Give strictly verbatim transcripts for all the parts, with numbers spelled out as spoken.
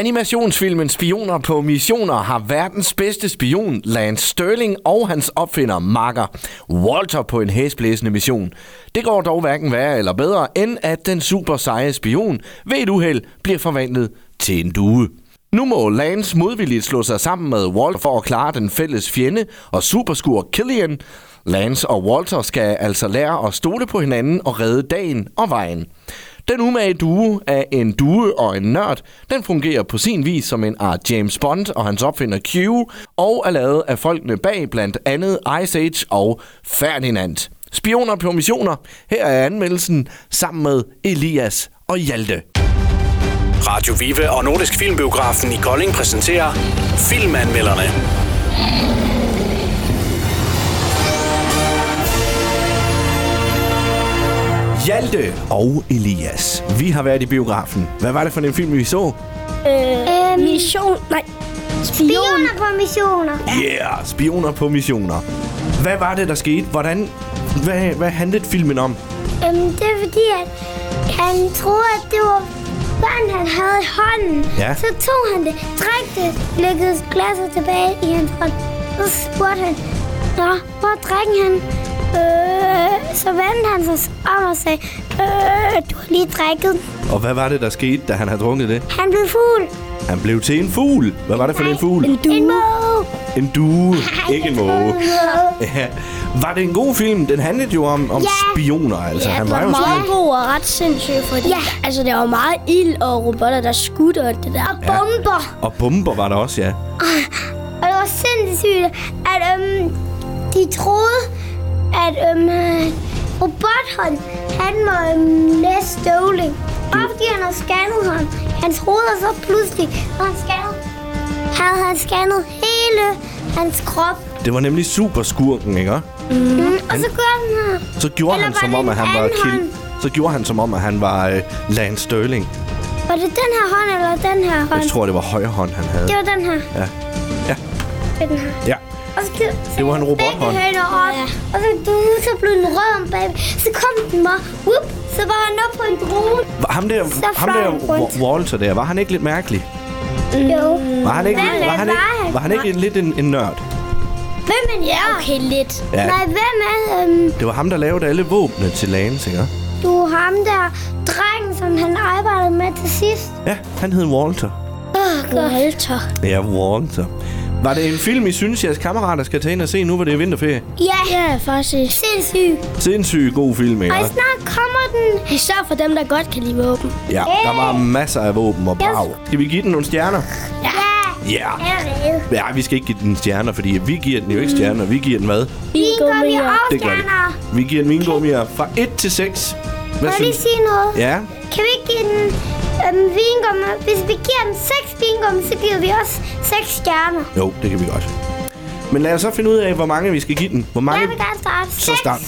Animationsfilmen Spioner på missioner har verdens bedste spion, Lance Sterling, og hans opfinder, makker Walter, på en hæsblæsende mission. Det går dog hverken værre eller bedre, end at den super seje spion ved et uheld bliver forvandlet til en due. Nu må Lance modvilligt slå sig sammen med Walter for at klare den fælles fjende og superskur Killian. Lance og Walter skal altså lære at stole på hinanden og redde dagen og vejen. Den umage duo af en due og en nørd, den fungerer på sin vis som en art James Bond og hans opfinder Q, og er lavet af folkene bag blandt andet Ice Age og Ferdinand. Spioner på missioner. Her er anmeldelsen sammen med Elias og Hjalte. Radio Vive og Nordisk Filmbiografen i Kolding præsenterer Filmanmelderne. Hjalte og Elias, vi har været i biografen. Hvad var det for en film, vi så? Øh, mission... Nej. Spioner på missioner. Yeah, spioner på missioner. Hvad var det, der skete? Hvordan... Hvad, hvad handlede filmen om? Øhm, det er fordi, at han troede, at det var børn, han havde i hånden. Ja. Så tog han det, drak det, læggede glasset tilbage i hans hånd. Så spurgte han, nå, hvor drikken han? Øh, så vendte han sig om og sagde, øh, du har lige drikket. Og hvad var det, der skete, da han havde drukket det? Han blev fugl. Han blev til en fugl. Hvad var det for en fugl? En due. En måge. En due, ikke en måge. Ja. Var det en god film? Den handlede jo om, om Ja. spioner, altså. Ja, Han det var var jo meget spion. god og ret sindssyg, fordi Ja. altså, der var meget ild og robotter, der skudte og det der. Og bomber. Og bomber var der også, ja. Og det var sindssygt, at øhm, de troede, at øhm, robothånd, han var øhm, Les Sterling. Bare fordi han havde scannet ham. Han troede, og så pludselig, når han scannede, havde han scannet hele hans krop. Det var nemlig superskurken, ikke? Mm. Og så gør han her. Så gjorde Eller han var som det om, at en han var anden kill. hånd? Så gjorde han som om, at han var øh, Lance Sterling. Var det den her hånd, eller den her hånd? Jeg tror, det var højre hånd, han havde. Det var den her. Ja. Ja. Det var den her. Ja. Og så, så Det var en robothånd. Begge hænder op. Ja. Og så, du, så blev den rød om bagved. Så kom den bare. Whoop, så var han oppe på en drone. Var ham der, Så ham fløj der han rundt. Wa- Walter der, var han ikke lidt mærkelig? Jo. Var han ikke, Hvem var er- han var ikke, han? var han ikke lidt en, en nørd? Hvem er Ja, okay, lidt. Ja. Nej, hvem er øhm, Det var ham, der lavede alle våbne til Lance, ikke? du ham der drengen, som han arbejdede med til sidst? Ja, han hed Walter. Åh, oh, Walter. Ja, Walter. Var det en film, I synes, jeres kammerater skal tage ind og se nu, hvor det er vinterferie? Ja, Ja, faktisk. sindssygt. Sindssygt god film, ikke? Og snart kommer den. Især for dem, der godt kan lide våben. Ja, der var masser af våben og brag. Skal vi give den nogle stjerner? Ja, Ja. jeg ved. Ja, vi skal ikke give den stjerner, fordi vi giver den jo ikke stjerner. Vi giver den hvad? Vingummi og Det gør vi. stjerner. Vi giver den vingummier fra et til seks. Må Hvad jeg lige synes sige noget? Ja, Kan vi ikke give den øhm, vingummi? Hvis vi giver den seks vingummi, så giver vi også seks stjerner. jo, det kan vi godt. Men lad os så finde ud af, hvor mange vi skal give den. Hvor mange? Jeg vil gerne starte. Så Seks start.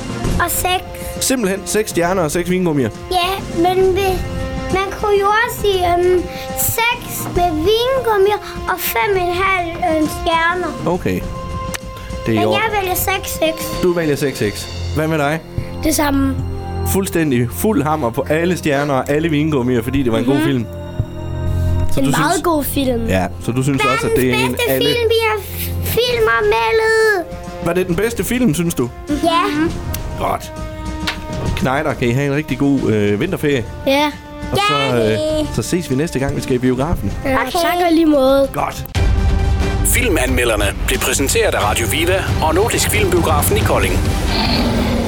og seks. Simpelthen seks stjerner og seks vingummier. Ja, men vi, man kunne jo også sige øhm, seks med vingummier og fem og en halv øhm, stjerner. Okay. Det er i Men orden. jeg vælger seks seks. Du vælger seks seks. Hvad med dig? Det samme. Fuldstændig fuld hammer på alle stjerner og alle vingummier, fordi det var en god film. Så En du meget synes, god film. Ja, så du synes også, at det er Verdens en bedste alle... film, vi har f- filmanmeldet. Var det den bedste film, synes du? Ja. Godt. Knejder, kan I have en rigtig god øh, vinterferie. Ja. Og så, Ja. øh, så ses vi næste gang, vi skal i biografen. Ja, Okay. tak og lige måde. Godt. Filmanmelderne blev præsenteret af Radio Vive og Nordisk Filmbiografen i Kolding.